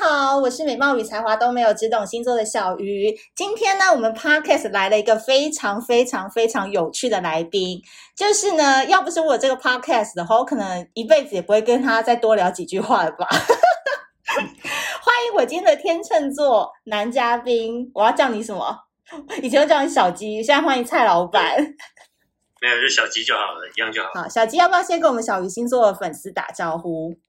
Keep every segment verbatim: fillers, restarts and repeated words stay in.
好，我是美貌与才华都没有，只懂星座的小鱼。今天呢，我们 Podcast 来了一个非常非常非常有趣的来宾，就是呢，要不是我有这个 Podcast 的话，我可能一辈子也不会跟他再多聊几句话了吧。欢迎我今天的天秤座男嘉宾，我要叫你什么？以前都叫你小鸡，现在欢迎蔡老板。 没有，就小鸡就好了，一样就好了。 好，小鸡要不要先跟我们小鱼星座的粉丝打招呼？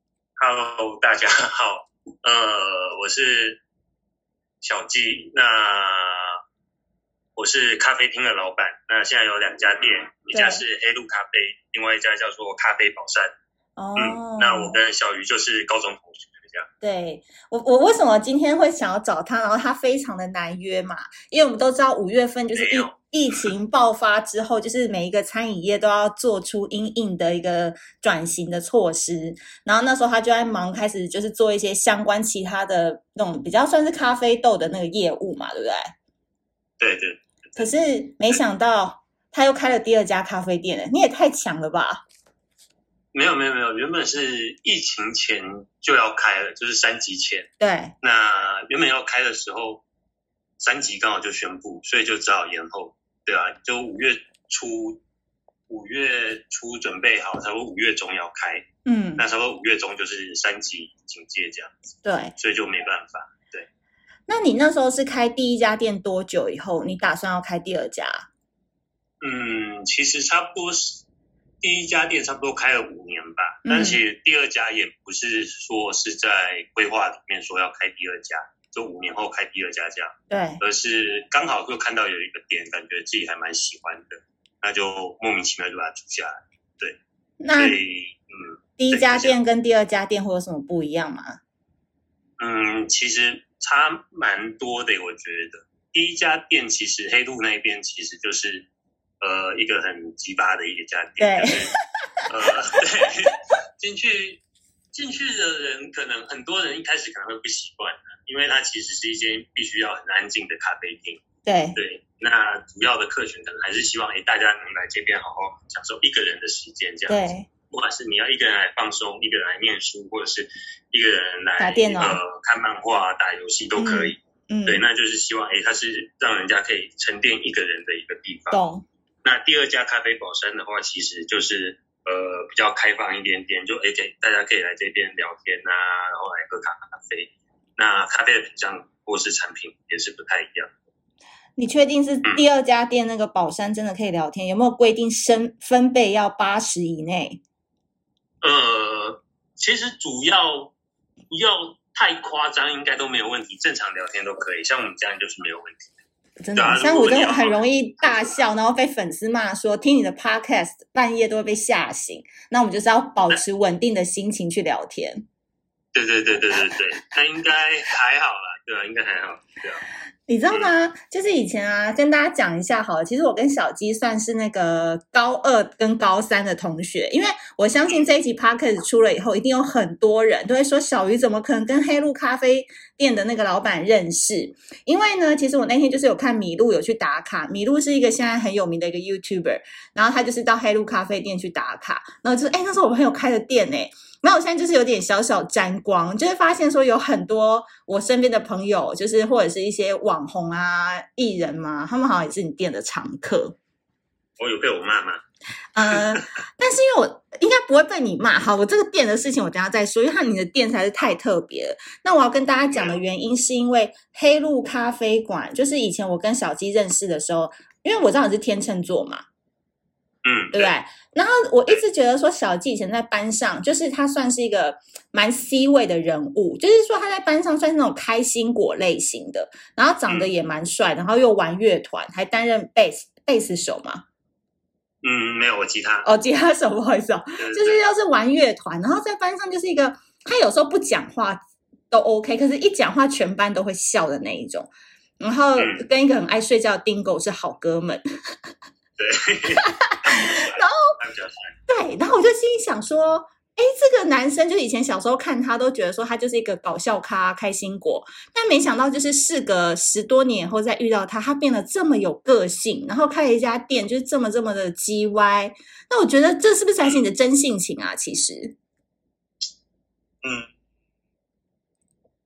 Hello， 大家好，呃，我是小鸡，那我是咖啡厅的老板，那现在有两家店，一家是黑鹿咖啡，另外一家叫做咖啡宝山。 哦、 嗯，那我跟小鱼就是高中同学。 对，我我为什么今天会想要找他，然后他非常的难约嘛，因为我们都知道五月份就是疫疫情爆发之后，就是每一个餐饮业都要做出因应的一个转型的措施，然后那时候他就在忙，开始就是做一些相关其他的那种比较算是咖啡豆的那个业务嘛，对不对？ 对对。 可是没想到他又开了第二家咖啡店了，你也太强了吧！ 没有没有没有，原本是疫情前就要开了，就是三级前。 对。 那原本要开的时候，三级刚好就宣布，所以就只好延后，对啊，就五月初，五月初准备好，差不多五月中要开。嗯。那差不多五月中就是三级警戒这样子。对。所以就没办法。对。 那你那时候是开第一家店多久以后，你打算要开第二家？ 嗯，其实差不多是。第一家店差不多开了五年吧，但其实第二家也不是说是在规划里面说要开第二家，就五年后开第二家这样，对，而是刚好就看到有一个店，感觉自己还蛮喜欢的，那就莫名其妙就把它租下来，对。 那所以嗯，第一家店跟第二家店会有什么不一样吗？ 嗯，其实差蛮多的，我觉得第一家店其实黑鹿那边其实就是。呃，一个很鸡巴的一个家店，对，呃，对，进去进去的人，可能很多人一开始可能会不习惯，因为它其实是一间必须要很安静的咖啡厅，对对。那主要的客群可能还是希望，哎，大家能来这边好好享受一个人的时间，这样子。对，不管是你要一个人来放松，一个人来念书，或者是一个人来打电脑、呃看漫画、打游戏都可以。嗯，对，那就是希望，哎，它是让人家可以沉淀一个人的一个地方。懂。那第二家咖啡宝山的话，其实就是呃比较开放一点点，就哎给大家可以来这边聊天啊，然后来喝咖啡。那咖啡的品相或是产品也是不太一样。 你确定是第二家店那个宝山真的可以聊天？嗯、有没有规定分分贝要八十以内？ 呃，其实主要不要太夸张，应该都没有问题，正常聊天都可以。像我们这样就是没有问题。 真的，像我真的很容易大笑，然后被粉丝骂说听你的 podcast 半夜都会被吓醒。那我们就是要保持稳定的心情去聊天。 对对对对对对，那应该还好啦，对啊，应该还好，对啊。 你知道吗？就是以前啊，跟大家讲一下好了。其实我跟小鸡算是那个高二跟高三的同学，因为我相信这一集 podcast 出了以后，一定有很多人都会说小鱼怎么可能跟黑鹿咖啡店的那个老板认识？因为呢，其实我那天就是有看米露有去打卡，米露是一个现在很有名的一个 YouTuber， 然后他就是到黑鹿咖啡店去打卡，然后就是哎，那时候我朋友开的店哎。那我现在就是有点小小沾光，就是发现说有很多我身边的朋友，就是或者是一些网红啊、艺人嘛，他们好像也是你店的常客。 我有被我骂吗？ 呃，但是因为我应该不会被你骂。好，我这个店的事情我等一下再说，因为你的店才是太特别了。那我要跟大家讲的原因是因为黑鹿咖啡馆，就是以前我跟小鸡认识的时候，因为我知道你是天秤座嘛。嗯，对不对？然后我一直觉得说小鸡以前在班上，就是他算是一个蛮 C 位的人物，就是说他在班上算是那种开心果类型的，然后长得也蛮帅，然后又玩乐团，还担任贝斯贝斯手嘛。 嗯，没有，我吉他。 哦，吉他手，不好意思哦，就是要是玩乐团，然后在班上就是一个，他有时候不讲话都 OK， 可是一讲话全班都会笑的那一种，然后跟一个很爱睡觉的丁狗是好哥们。 对， 然后对，然后我就心里想说，哎，这个男生就以前小时候看他都觉得说他就是一个搞笑咖、开心果，但没想到就是事隔十多年以后再遇到他，他变得这么有个性，然后开了一家店，就是这么这么的叽歪。那我觉得这是不是才是你的真性情啊？其实， 嗯，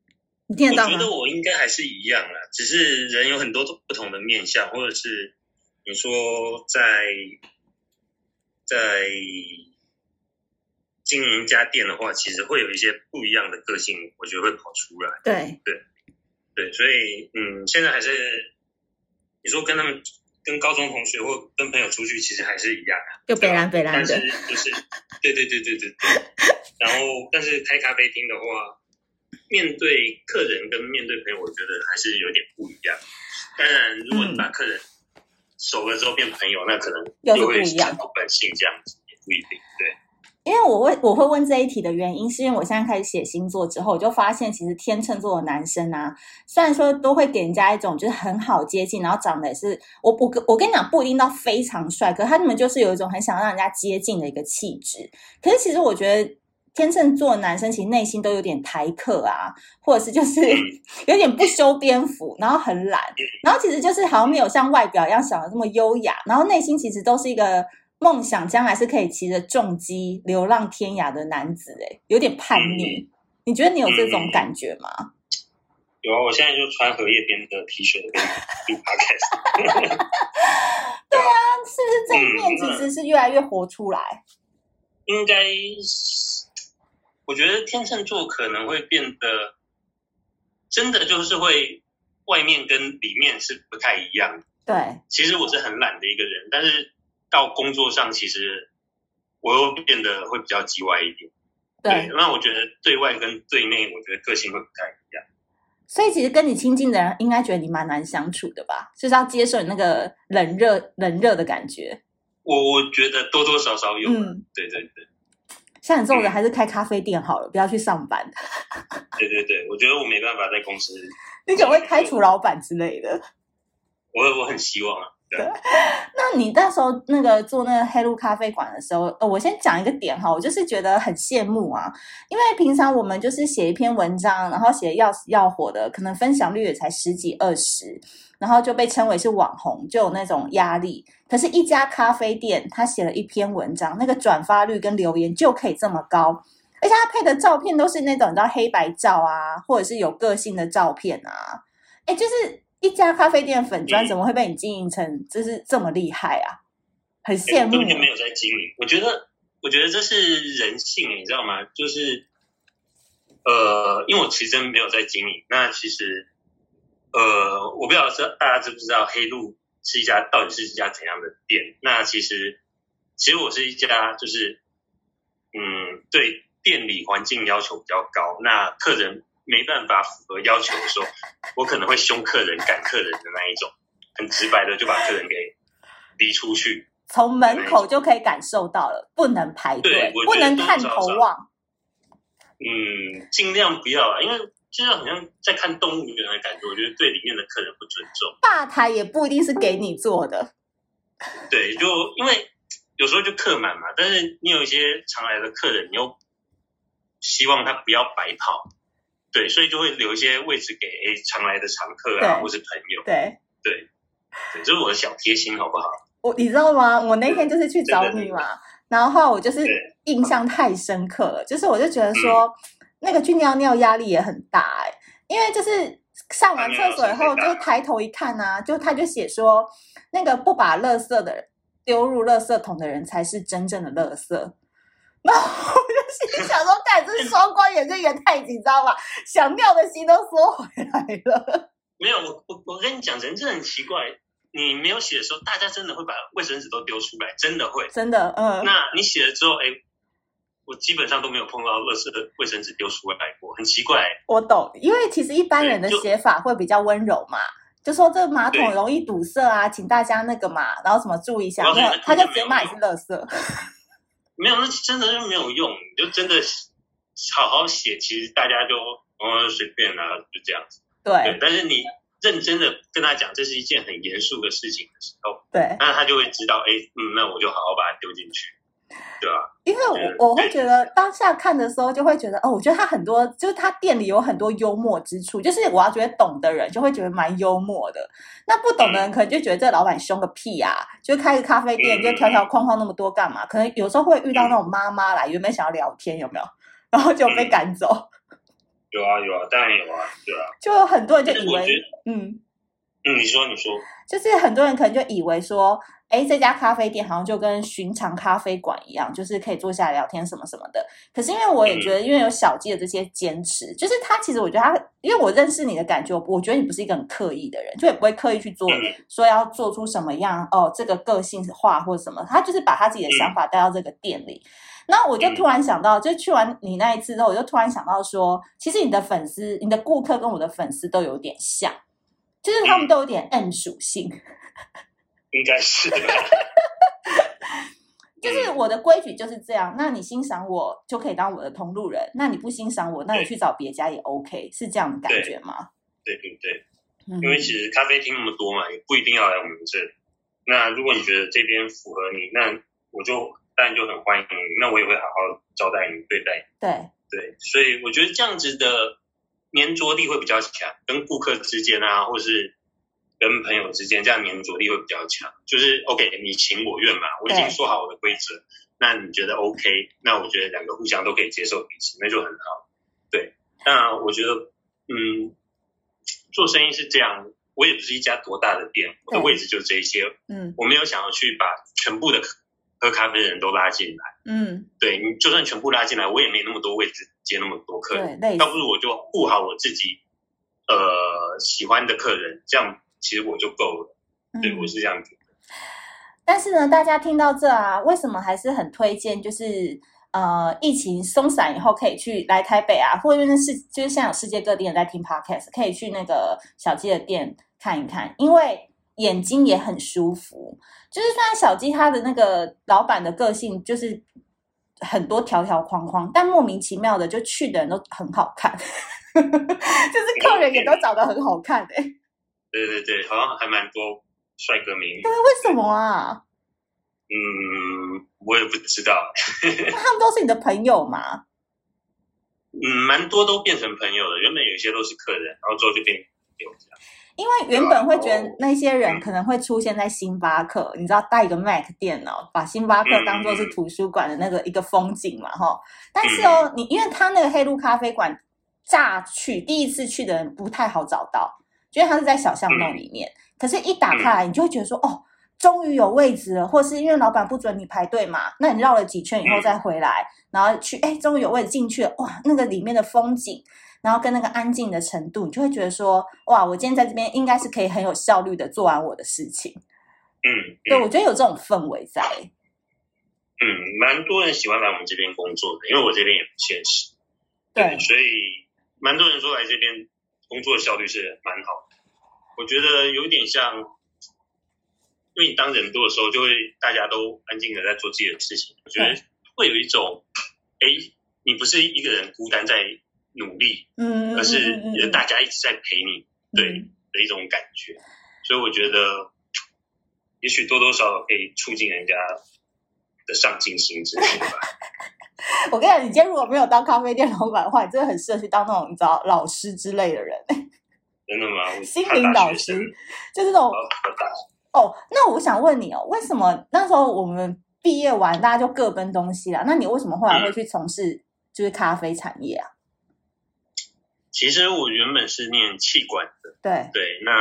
你听得到吗？ 我觉得我应该还是一样啦，只是人有很多不同的面向，或者是你说在在经营一家店的话，其实会有一些不一样的个性，我觉得会跑出来。 对对对，所以嗯，现在还是你说跟他们跟高中同学或跟朋友出去，其实还是一样啊， 就北蓝北蓝的， 但是就是对对对对对对，然后但是开咖啡厅的话。面对客人跟面对朋友，我觉得还是有点不一样。当然，如果你把客人熟了之后变朋友，嗯、那可能又是不一样。 本性这样子也不一定。对， 因为我会我会问这一题的原因，是因为我现在开始写星座之后，我就发现其实天秤座的男生啊，虽然说都会给人家一种就是很好接近，然后长得也是我我我跟你讲不一定到非常帅，可是他们就是有一种很想让人家接近的一个气质。可是其实我觉得。天秤座的男生其实内心都有点台客啊，或者是就是有点不修边幅，然后很懒，然后其实就是好像没有像外表一样想的这么优雅，然后内心其实都是一个梦想将来是可以骑着重机流浪天涯的男子，诶有点叛逆。你觉得你有这种感觉吗？ 有啊，我现在就穿荷叶边的 T 恤跟录 podcast。 对啊，是不是这一面其实是越来越活出来？ 应该是。我觉得天秤座可能会变得真的就是会外面跟里面是不太一样的。 对， 其实我是很懒的一个人，但是到工作上其实我又变得会比较叽歪一点。 对， 对，那我觉得对外跟对内，我觉得个性会不太一样。 所以其实跟你亲近的人应该觉得你蛮难相处的吧？就是要接受你那个冷热冷热的感觉。 我我觉得多多少少有。 嗯， 对对对。 像你这种人还是开咖啡店好了，不要去上班。 对对对，我觉得我没办法在公司。 你可能会开除老板之类的。 我我很希望啊。 对，那你那时候那个做那个黑鹿咖啡馆的时候，呃，我先讲一个点哈，我就是觉得很羡慕啊，因为平常我们就是写一篇文章，然后写要死要活的，可能分享率也才十几二十，然后就被称为是网红，就有那种压力。可是，一家咖啡店，他写了一篇文章，那个转发率跟留言就可以这么高，而且他配的照片都是那种你知道黑白照啊，或者是有个性的照片啊，哎，就是。一家咖啡店粉专怎么会被你经营成就是这么厉害啊？很羡慕。 根本就没有在经营，我觉得，我觉得这是人性，你知道吗？就是，呃，因为我其实真没有在经营。那其实，呃，我不知道大家知不知道黑鹿是一家到底是一家怎样的店？那其实，其实我是一家就是，嗯，对店里环境要求比较高，那客人。没办法符合要求的时候，我可能会凶客人、赶客人的那一种，很直白的就把客人给逼出去。 从门口就可以感受到了，不能排队，不能看头望。 嗯，尽量不要，因为就是好像在看动物园的感觉，我觉得对里面的客人不尊重。 吧台也不一定是给你做的。 对，就因为有时候就客满嘛，但是你有一些常来的客人，你又希望他不要白跑。对，所以就会留一些位置给诶常来的常客啊，或是朋友。 对对对，这是我的小贴心，好不好？ 我你知道吗？我那天就是去找你嘛，然后我就是印象太深刻了，就是我就觉得说、嗯、那个去尿尿压力也很大哎、欸，因为就是上完厕所以后就抬头一看啊，就他就写说那个不把垃圾的人丢入垃圾桶的人才是真正的垃圾。然后我就心想说，干，这是双光眼跟眼太紧张吧，想尿的心都缩回来了。 没有，我我我跟你讲，人真的很奇怪，你没有写的时候，大家真的会把卫生纸都丢出来，真的会， 真的，嗯。 那你写了之后，哎，我基本上都没有碰到垃圾的卫生纸丢出来过，很奇怪。 我懂，因为其实一般人的写法会比较温柔嘛，就说这马桶容易堵塞啊，请大家那个嘛，然后什么注意一下，没有，他就直接骂你是垃圾。 没有，那真的就没有用，你就真的好好写，其实大家就哦随便啦、啊，就这样子。 对。 对，但是你认真的跟他讲这是一件很严肃的事情的时候， 对， 那他就会知道，哎，嗯，那我就好好把它丢进去，对吧、啊？ 因为我我会觉得当下看的时候就会觉得，哦，我觉得他很多就是他店里有很多幽默之处，就是我要觉得懂的人就会觉得蛮幽默的，那不懂的人可能就觉得这老板凶个屁啊，就开个咖啡店就条条框框那么多干嘛？可能有时候会遇到那种妈妈来，原本想要聊天有没有，然后就被赶走。 有啊有啊，当然有啊，对啊。 就有很多人就以为， 嗯嗯，你说你说， 就是很多人可能就以为说，哎，这家咖啡店好像就跟寻常咖啡馆一样，就是可以坐下来聊天什么什么的。可是因为我也觉得，因为有小鸡的这些坚持，就是他其实我觉得他，因为我认识你的感觉，我觉得你不是一个很刻意的人，就也不会刻意去做，说要做出什么样哦，这个个性化或者什么，他就是把他自己的想法带到这个店里。那我就突然想到，就去完你那一次之后，我就突然想到说，其实你的粉丝、你的顾客跟我的粉丝都有点像，就是他们都有点 M 属性， 应该是吧。 就是我的规矩就是这样，那你欣赏我就可以当我的同路人，那你不欣赏我，那你去找别家也 OK， 是这样的感觉吗？ 对对对，嗯、因为其实咖啡厅那么多嘛，也不一定要来我们这。那如果你觉得这边符合你，那我就当然就很欢迎你，那我也会好好招待你、对待你。 对对，所以我觉得这样子的粘着力会比较强，跟顾客之间啊，或是跟朋友之间，这样粘着力会比较强。就是 OK， 你情我愿嘛，我已经说好我的规则，那你觉得 OK， 那我觉得两个互相都可以接受彼此，那就很好。对，那我觉得，嗯，做生意是这样，我也不是一家多大的店，我的位置就这一些，嗯，我没有想要去把全部的喝咖啡的人都拉进来，嗯，对，你就算全部拉进来，我也没那么多位置接那么多客人，倒不如我就顾好我自己，呃，喜欢的客人，这样其实我就够了，嗯、对，我是这样觉得。 但是呢，大家听到这啊，为什么还是很推荐？就是呃，疫情松散以后，可以去来台北啊，或者是世，就是现在有世界各地人在听 podcast， 可以去那个小鸡的店看一看，因为眼睛也很舒服。就是虽然小鸡他的那个老板的个性就是很多条条框框，但莫名其妙的就去的人都很好看，就是客人也都长得很好看哎、欸。 对对对，好像还蛮多帅哥美女。 对，为什么啊？ 嗯，我也不知道。 那他们都是你的朋友吗？ 嗯，蛮多都变成朋友了。原本有一些都是客人，然后之后就变朋友这样。 因为原本会觉得那些人可能会出现在星巴克，嗯、你知道带一个 Mac 电脑，把星巴克当作是图书馆的那个一个风景嘛，哈、嗯。但是哦，你因为他那个黑路咖啡馆乍去第一次去的人不太好找到，因为它是在小巷弄里面。嗯、可是，一打开来，你就会觉得说，哦。终于有位置了，或是因为老板不准你排队嘛，那你绕了几圈以后再回来，然后去，哎，终于有位置进去了，哇，那个里面的风景，然后跟那个安静的程度，你就会觉得说，哇，我今天在这边应该是可以很有效率的做完我的事情。 嗯， 对，我觉得有这种氛围在。 嗯，蛮多人喜欢来我们这边工作的，因为我这边也不现实。 对， 对所以蛮多人说来这边工作的效率是蛮好的。我觉得有点像。因为你当人多的时候，就会大家都安静的在做自己的事情，我觉得会有一种，哎，你不是一个人孤单在努力，嗯，而是大家一直在陪你，对、嗯、的一种感觉。所以我觉得，也许多多少少可以促进人家的上进心之类的吧。 我跟你讲，你今天如果没有当咖啡店老板的话，你真的很适合去当那种你知道老师之类的人。 真的吗？ 心灵导师，就是那种。哦，那我想问你哦，为什么那时候我们毕业完大家就各奔东西了？那你为什么后来会去从事就是咖啡产业啊？ 其实我原本是念企管的， 对对，那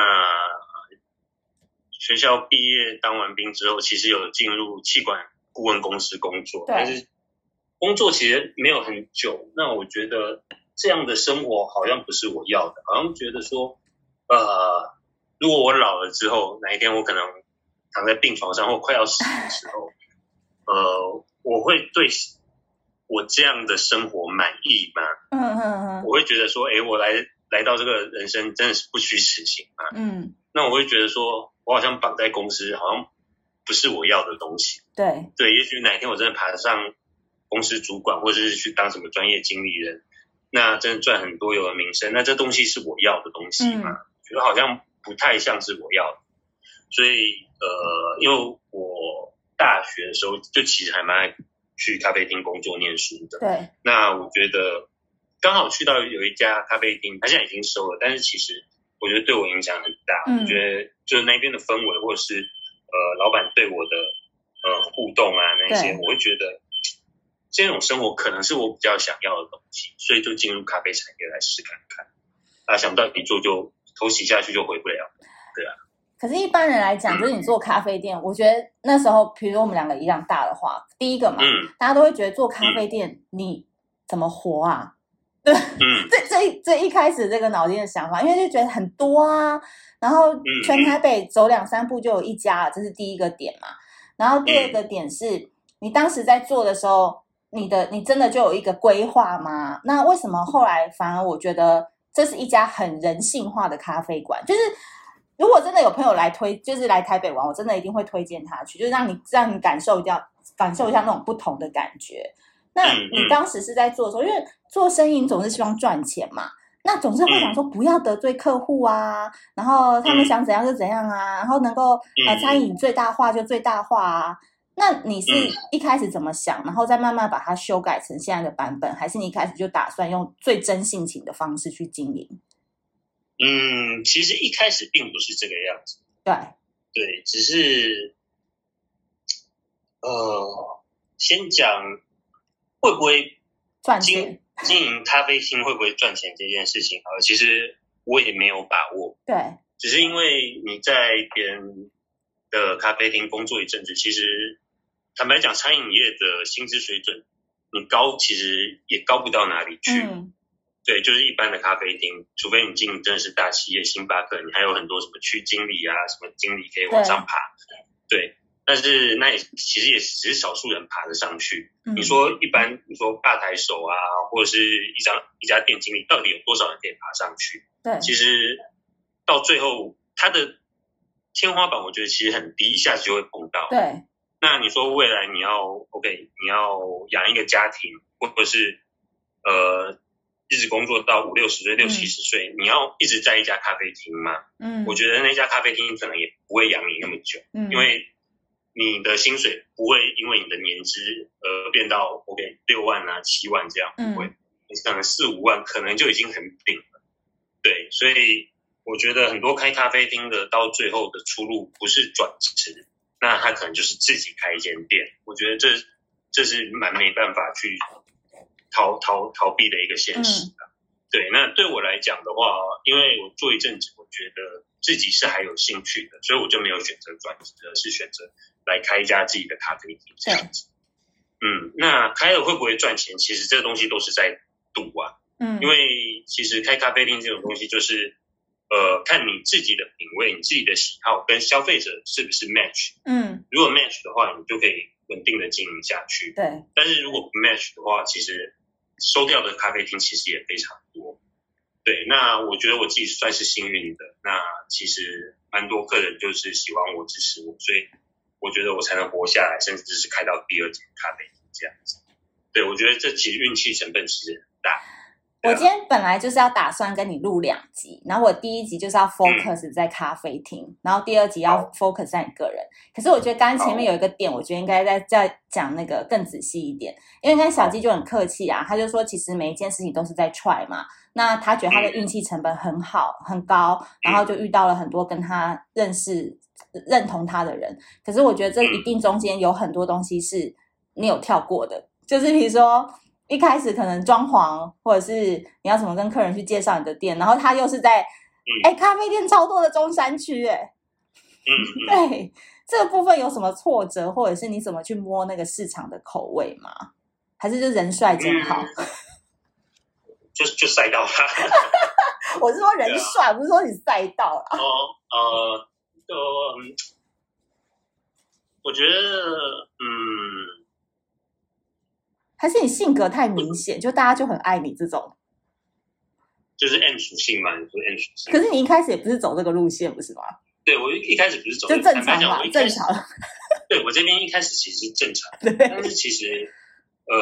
学校毕业当完兵之后，其实有进入企管顾问公司工作，但是工作其实没有很久。那我觉得这样的生活好像不是我要的，好像觉得说，呃。如果我老了之后，哪一天我可能躺在病床上或快要死的时候，呃，我会对我这样的生活满意吗？嗯嗯嗯。我会觉得说，哎，我来来到这个人生真的是不虚此行嘛。嗯。那我会觉得说，我好像绑在公司，好像不是我要的东西。 对。 对，也许哪一天我真的爬上公司主管，或者是去当什么专业经理人，那真的赚很多有了名声，那这东西是我要的东西嘛？嗯、觉得好像。不太像是我要的，所以呃，因为我大学的时候就其实还蛮爱去咖啡厅工作念书的。 对。 那我觉得刚好去到有一家咖啡厅，它现在已经收了，但是其实我觉得对我影响很大。嗯、我觉得就是那边的氛围，或者是呃老板对我的呃互动啊那些，我会觉得这种生活可能是我比较想要的东西，所以就进入咖啡产业来试看看。啊，想不到一做就头洗下去就回不了，对啊。 可是，一般人来讲，就是你做咖啡店，嗯、我觉得那时候，比如说我们两个一样大的话，第一个嘛，嗯、大家都会觉得做咖啡店、嗯、你怎么活啊？对，嗯，这这这一开始这个脑筋的想法，因为就觉得很多啊，然后全台北走两三步就有一家了，这是第一个点嘛。然后第二个点是、嗯、你当时在做的时候，你的你真的就有一个规划吗？那为什么后来反而我觉得这是一家很人性化的咖啡馆？就是如果真的有朋友来推，就是来台北玩，我真的一定会推荐他去，就是让你让你感受一下感受一下那种不同的感觉。那你当时是在做的时候，因为做生意总是希望赚钱嘛，那总是会想说不要得罪客户啊，然后他们想怎样就怎样啊，然后能够呃餐饮最大化就最大化啊。那你是一开始怎么想，然后再慢慢把它修改成现在的版本，还是你一开始就打算用最真性情的方式去经营？ 嗯，其实一开始并不是这个样子。 对对，只是呃，先讲会不会赚钱， 经营咖啡厅会不会赚钱这件事情，好，其实我也没有把握。 对， 只是因为你在别人的咖啡厅工作一阵子，其实坦白讲，餐饮业的薪资水准，你高其实也高不到哪里去。嗯，对，就是一般的咖啡厅，除非你进真的是大企业，星巴克，你还有很多什么区经理啊，什么经理可以往上爬。对。对，但是那也其实也只是少数人爬得上去。嗯、你说一般，你说吧台手啊，或者是一张一家店经理，到底有多少人可以爬上去？ 对， 其实到最后，他的天花板我觉得其实很低，一下子就会碰到。 对， 那你说未来你要 OK， 你要养一个家庭，或者是呃。一直工作到五六十岁、六七十岁，你要一直在一家咖啡厅吗？嗯，我觉得那家咖啡厅可能也不会养你那么久，嗯，因为你的薪水不会因为你的年资而变到 OK 六万啊、七万这样，不会，你可能四五万，可能就已经很顶了。对，所以我觉得很多开咖啡厅的到最后的出路不是转职，那他可能就是自己开一间店。我觉得这这是蛮没办法去。逃逃逃避的一个现实、啊嗯、对，那对我来讲的话，因为我做一阵子，我觉得自己是还有兴趣的，所以我就没有选择转职，而是选择来开一家自己的咖啡厅这样子。嗯，那开了会不会赚钱？其实这个东西都是在赌啊。嗯，因为其实开咖啡厅这种东西，就是呃，看你自己的品味、你自己的喜好跟消费者是不是 match。嗯，如果 match 的话，你就可以稳定的经营下去。 对， 但是如果不 match 的话，其实收掉的咖啡厅其实也非常多。对，那我觉得我自己算是幸运的，那其实蛮多客人就是喜欢我、支持我，所以我觉得我才能活下来，甚至是开到第二间咖啡厅这样子。对，我觉得这其实运气成分其实很大。 我今天本来就是要打算跟你录两集，然后我第一集就是要 focus 在咖啡厅、嗯、然后第二集要 focus 在你个人。可是我觉得刚刚前面有一个点，我觉得应该再再讲那个更仔细一点，因为刚才小鸡就很客气啊，他就说其实每一件事情都是在 try 嘛，那他觉得他的运气成本很好很高，然后就遇到了很多跟他认识认同他的人。可是我觉得这一定中间有很多东西是你有跳过的，就是比如说一开始可能装潢，或者是你要怎么跟客人去介绍你的店，然后他又是在哎、嗯、咖啡店超多的中山区哎，嗯，对，这个部分有什么挫折，或者是你怎么去摸那个市场的口味吗？还是就人帅真好？ 嗯、就就赛道他。 我是说人帅，啊、不是说你赛道啦。 哦呃呃，我觉得嗯。 还是你性格太明显，就大家就很爱你这种， 就是 M 属性嘛？你说 M 属性， 可是你一开始也不是走这个路线，不是吗？ 对，我一开始不是走， 就正常嘛，正常。 对，我这边一开始其实是正常，但是其实呃，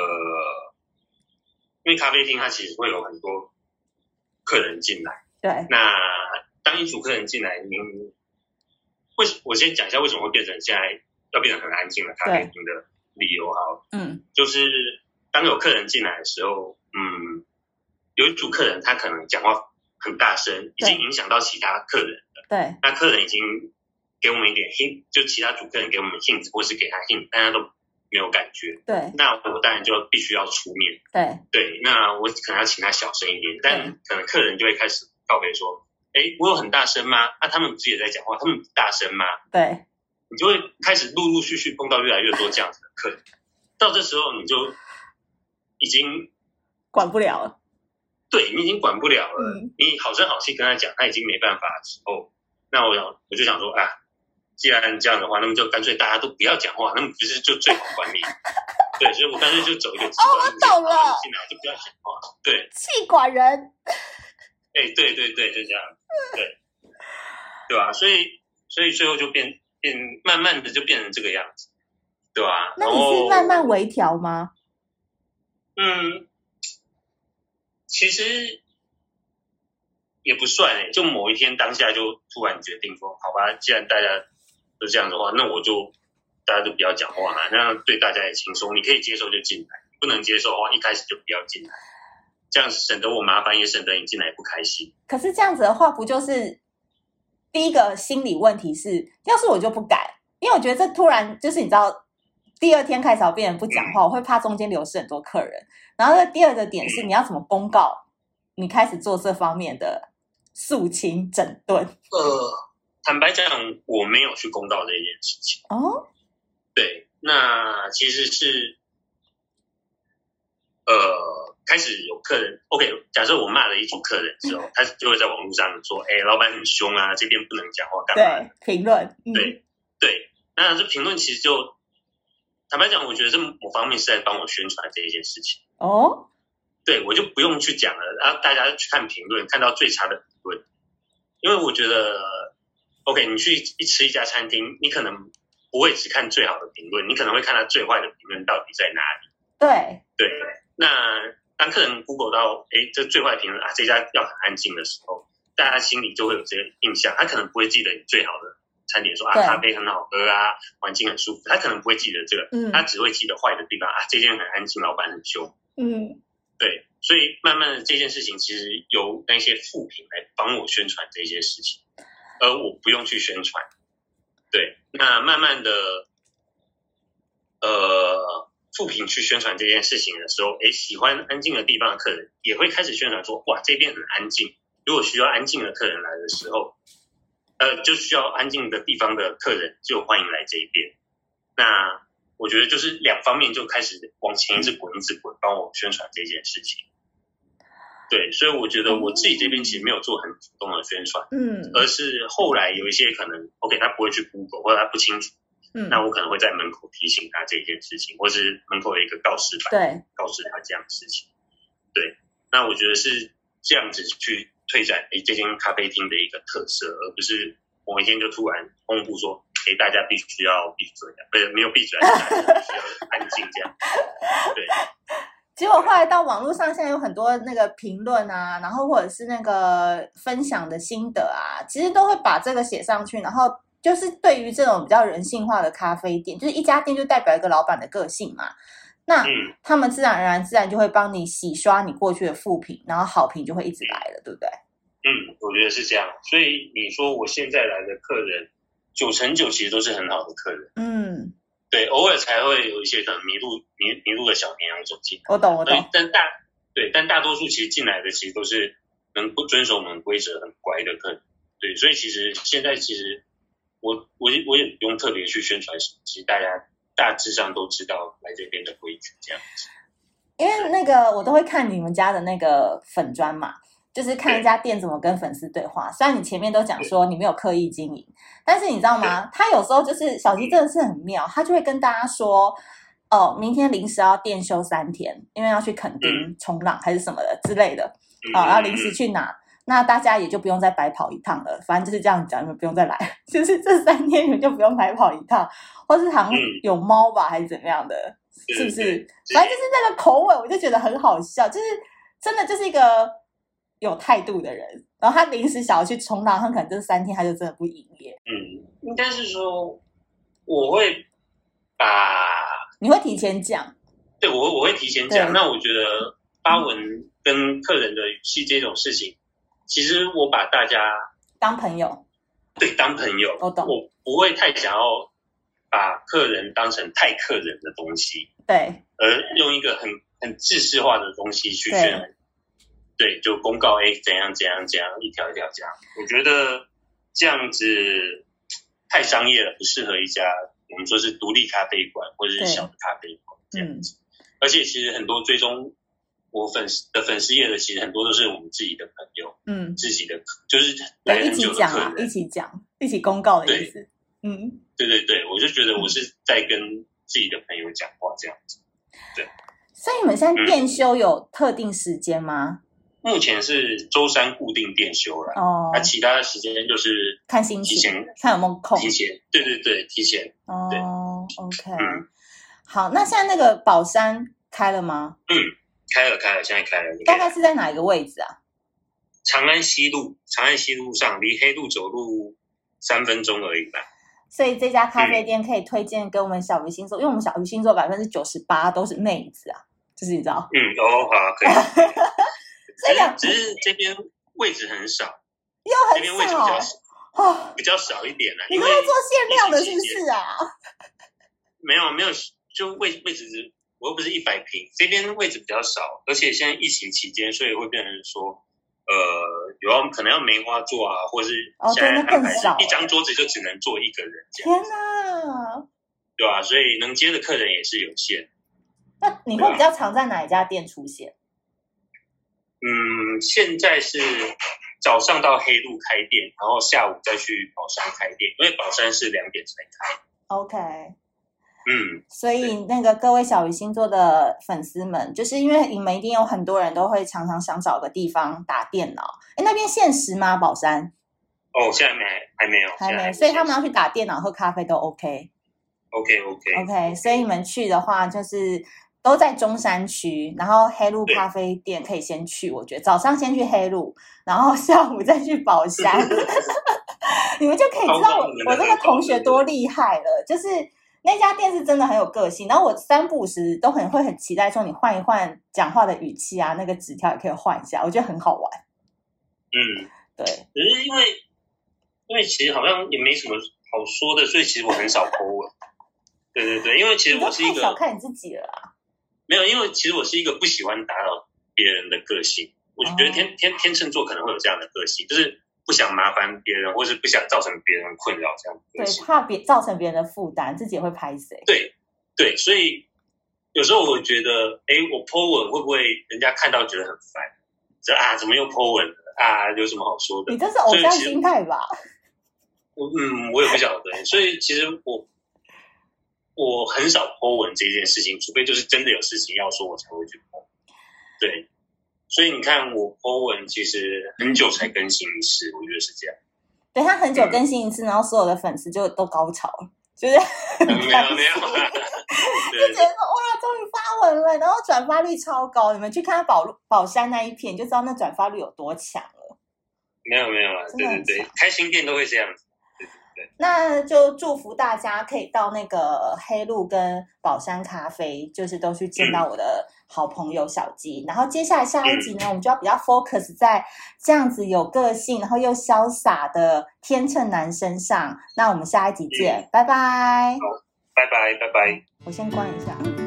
因为咖啡厅它其实会有很多客人进来， 对。 那当一组客人进来，您为我先讲一下为什么会变成现在要变得很安静的咖啡厅的理由好， 嗯， 就是当有客人进来的时候，嗯，有一组客人他可能讲话很大声，已经影响到其他客人了。 对， 那客人已经给我们一点 hint， 就其他组客人给我们 hint 或是给他 hint， 大家都没没有感觉， 对， 那我当然就必须要出面， 对对，那我可能要请他小声一点，但可能客人就会开始告别说，哎，我有很大声吗？啊，他们不是也在讲话，他们不大声吗？ 对， 你就会开始陆陆续续碰到越来越多这样子的客人，到这时候你就已经管不了了， 对你已经管不了了， 嗯、 你好声好气跟他讲，他已经没办法的时候，那我想我就想说啊，既然这样的话，那么就干脆大家都不要讲话，那么不是就最好管理？对，所以我干脆就走一个极端路线， 哦，我懂了， 进来就不要讲话，对， 气管人， 哎，对对对，就这样，对，对吧？所以所以最后就变变，慢慢的就变成这个样子，对吧？ 那你是慢慢微调吗？ 嗯，其实也不算哎，就某一天当下就突然决定说，好吧，既然大家都这样的话，那我就大家就不要讲话嘛，那样对大家也轻松。你可以接受就进来，不能接受的话，一开始就不要进来，这样省得我麻烦，也省得你进来不开心。 可是这样子的话，不就是第一个心理问题是，要是我就不敢，因为我觉得这突然就是你知道。第二天开始要变成不讲话，我会怕中间流失很多客人。然后第二个点是，你要怎么公告你开始做这方面的肃清整顿？ 呃，坦白讲，我没有去公告这件事情。 哦， 对，那其实是呃，开始有客人 ，OK， 假设我骂了一组客人之后，他就会在网络上说，哎，老板很凶啊，这边不能讲话，干嘛？ 对，评论， 嗯、对对，那这评论其实就。坦白讲，我觉得这某方面是在帮我宣传这一件事情。 哦， 对，我就不用去讲了，然后大家去看评论，看到最差的评论。因为我觉得 ，OK， 你去一吃一家餐厅，你可能不会只看最好的评论，你可能会看他最坏的评论到底在哪里。 对对，那当客人 Google 到，哎，这最坏的评论啊，这家要很安静的时候，大家心里就会有这个印象，他可能不会记得你最好的。餐点说啊，咖啡很好喝啊，环境很舒服，他可能不会记得这个，嗯、他只会记得坏的地方啊，这间很安静，老板很凶， 嗯， 对，所以慢慢的这件事情其实由那些负评来帮我宣传这些事情，而我不用去宣传，对，那慢慢的，呃，负评去宣传这件事情的时候，诶，喜欢安静的地方的客人也会开始宣传说，哇，这边很安静，如果需要安静的客人来的时候。呃，就需要安静的地方的客人就欢迎来这一边。那我觉得就是两方面就开始往前一直滚一直滚，帮我宣传这件事情。对，所以我觉得我自己这边其实没有做很主动的宣传，嗯，而是后来有一些可能 ，OK， 他不会去 Google 或者他不清楚，嗯，那我可能会在门口提醒他这件事情，或是门口有一个告示板， 对， 告诉他这样的事情。对，那我觉得是这样子去。推展诶这间咖啡厅的一个特色，而不是某一天就突然公布说，诶大家必须要闭嘴，不是没有闭嘴，大家必须要安静这样。对。 结果后来到网络上，现在有很多那个评论啊，然后或者是那个分享的心得啊，其实都会把这个写上去，然后就是对于这种比较人性化的咖啡店，就是一家店就代表一个老板的个性嘛。那他们自然而然自然就会帮你洗刷你过去的负评，然后好评就会一直来了，对不对？ 嗯，我觉得是这样。所以你说我现在来的客人，九成九其实都是很好的客人。嗯，对，偶尔才会有一些可能迷路迷迷路的小绵羊走进来。 我懂，我懂。 但大对，但大多数其实进来的其实都是能不遵守我们规则、很乖的客人。对，所以其实现在其实我我我也不用特别去宣传什么，其实大家。大致上都知道来这边的规矩这样子， 因为那个我都会看你们家的那个粉专嘛，就是看一家店怎么跟粉丝对话。虽然你前面都讲说你没有刻意经营，但是你知道吗？他有时候就是小鸡真的是很妙，他就会跟大家说，哦，明天临时要店休三天，因为要去垦丁冲浪还是什么的之类的，啊、哦，要临时去哪。那大家也就不用再白跑一趟了，反正就是这样讲，你们不用再来，就是这三天你们就不用白跑一趟，或是好像有猫吧，还是怎么样的，是不是？反正就是那个口尾，我就觉得很好笑，就是真的就是一个有态度的人，然后他临时想要去冲浪，他可能这三天他就真的不营业。 嗯，应该是说我会把你会提前讲， 对我我会提前讲。那我觉得发文跟客人的语气这种事情。其实我把大家当朋友， 对，当朋友， 我懂， 我不会太想要把客人当成太客人的东西， 对， 而用一个很很制式化的东西去渲染，对，就公告哎怎样怎样怎样，一条一条讲。我觉得这样子太商业了，不适合一家我们说是独立咖啡馆或者是小的咖啡馆这样子。嗯、而且其实很多追踪我粉丝的粉丝页的，其实很多都是我们自己的朋友，嗯，自己的就是来很久的客人， 一起讲、啊，一起公告的意思。嗯， 对对对，我就觉得我是在跟自己的朋友讲话这样子。对， 所以你们现在店休有特定时间吗？ 嗯、目前是周三固定店休了，哦，那、啊、其他的时间就是看心情，看有没有空。 提前，对对对，提前。 哦对 ，OK，、嗯、好，那现在那个宝山开了吗？ 嗯，开了开了，现在开了。 大概是在哪一个位置啊？ 长安西路，长安西路上，离黑路走路三分钟而已吧。 所以这家咖啡店可以推荐给我们小鱼星座，嗯、因为我们小鱼星座百分之九十八都是妹子啊，就是你知道。 嗯，哦，好，可以。所以只是这边位置很少， 又很少， 这边位置比较少，哦、比较少一点啦。 你都在做限量的，是不是啊？ 没有没有，就位位置，我又不是一百平，这边位置比较少，而且现在疫情期间，所以会变成说。呃，有要可能要梅花座啊，或是现在安排是一张桌子就只能坐一个人这样。 天哪！ 对吧、啊？所以能接的客人也是有限。 那你会比较常在哪一家店出现？ 嗯，现在是早上到黑路开店，然后下午再去宝山开店，因为宝山是两点才开。 OK。 嗯， 所以那个各位小鱼星座的粉丝们，就是因为你们一定有很多人都会常常想找个地方打电脑。哎，那边限时吗？宝山？ 哦，现在没，还没有， 还没。所以他们要去打电脑、喝咖啡都 OK。OK OK。 OK， 所以你们去的话，就是都在中山区，然后黑路咖啡店可以先去，我觉得早上先去黑路，然后下午再去宝山，你们就可以知道我我这个同学多厉害了，就是。那家店是真的很有个性，然后我三不五时都很会很期待说你换一换讲话的语气啊，那个纸条也可以换一下，我觉得很好玩。 嗯， 对。 可是因为因为其实好像也没什么好说的，所以其实我很少 po 文。对对对，因为其实我是一个你都太小看你自己了啊。 没有，因为其实我是一个不喜欢打扰别人的个性，我觉得天、哦、天天秤座可能会有这样的个性，就是不想麻烦别人，或是不想造成别人困扰，这样对，怕别造成别人的负担，自己也会拍谁？ 对对，所以有时候我觉得，哎，我 po 文会不会人家看到觉得很烦？这啊，怎么又 po 文了啊？有什么好说的？ 你这是偶像心态吧？ 我嗯，我也不晓得，所以其实我我很少 po 文这件事情，除非就是真的有事情要说，我才会去 po。对。所以你看，我 po 文其实很久才更新一次，我觉得是这样。 对，他很久更新一次，嗯、然后所有的粉丝就都高潮了，就是、 嗯、没有没有，就觉得说哇，终于发文了，然后转发率超高。你们去看他宝宝山那一片，你就知道那转发率有多强了。 没有没有啊，对对对，开新店都会这样子。 那就祝福大家可以到那个黑路跟宝山咖啡，就是都去见到我的好朋友小鸡。然后接下来下一集呢，我们就要比较 focus 在这样子有个性，然后又潇洒的天秤男身上。那我们下一集见，拜拜。 好，拜拜，拜拜。 我先关一下。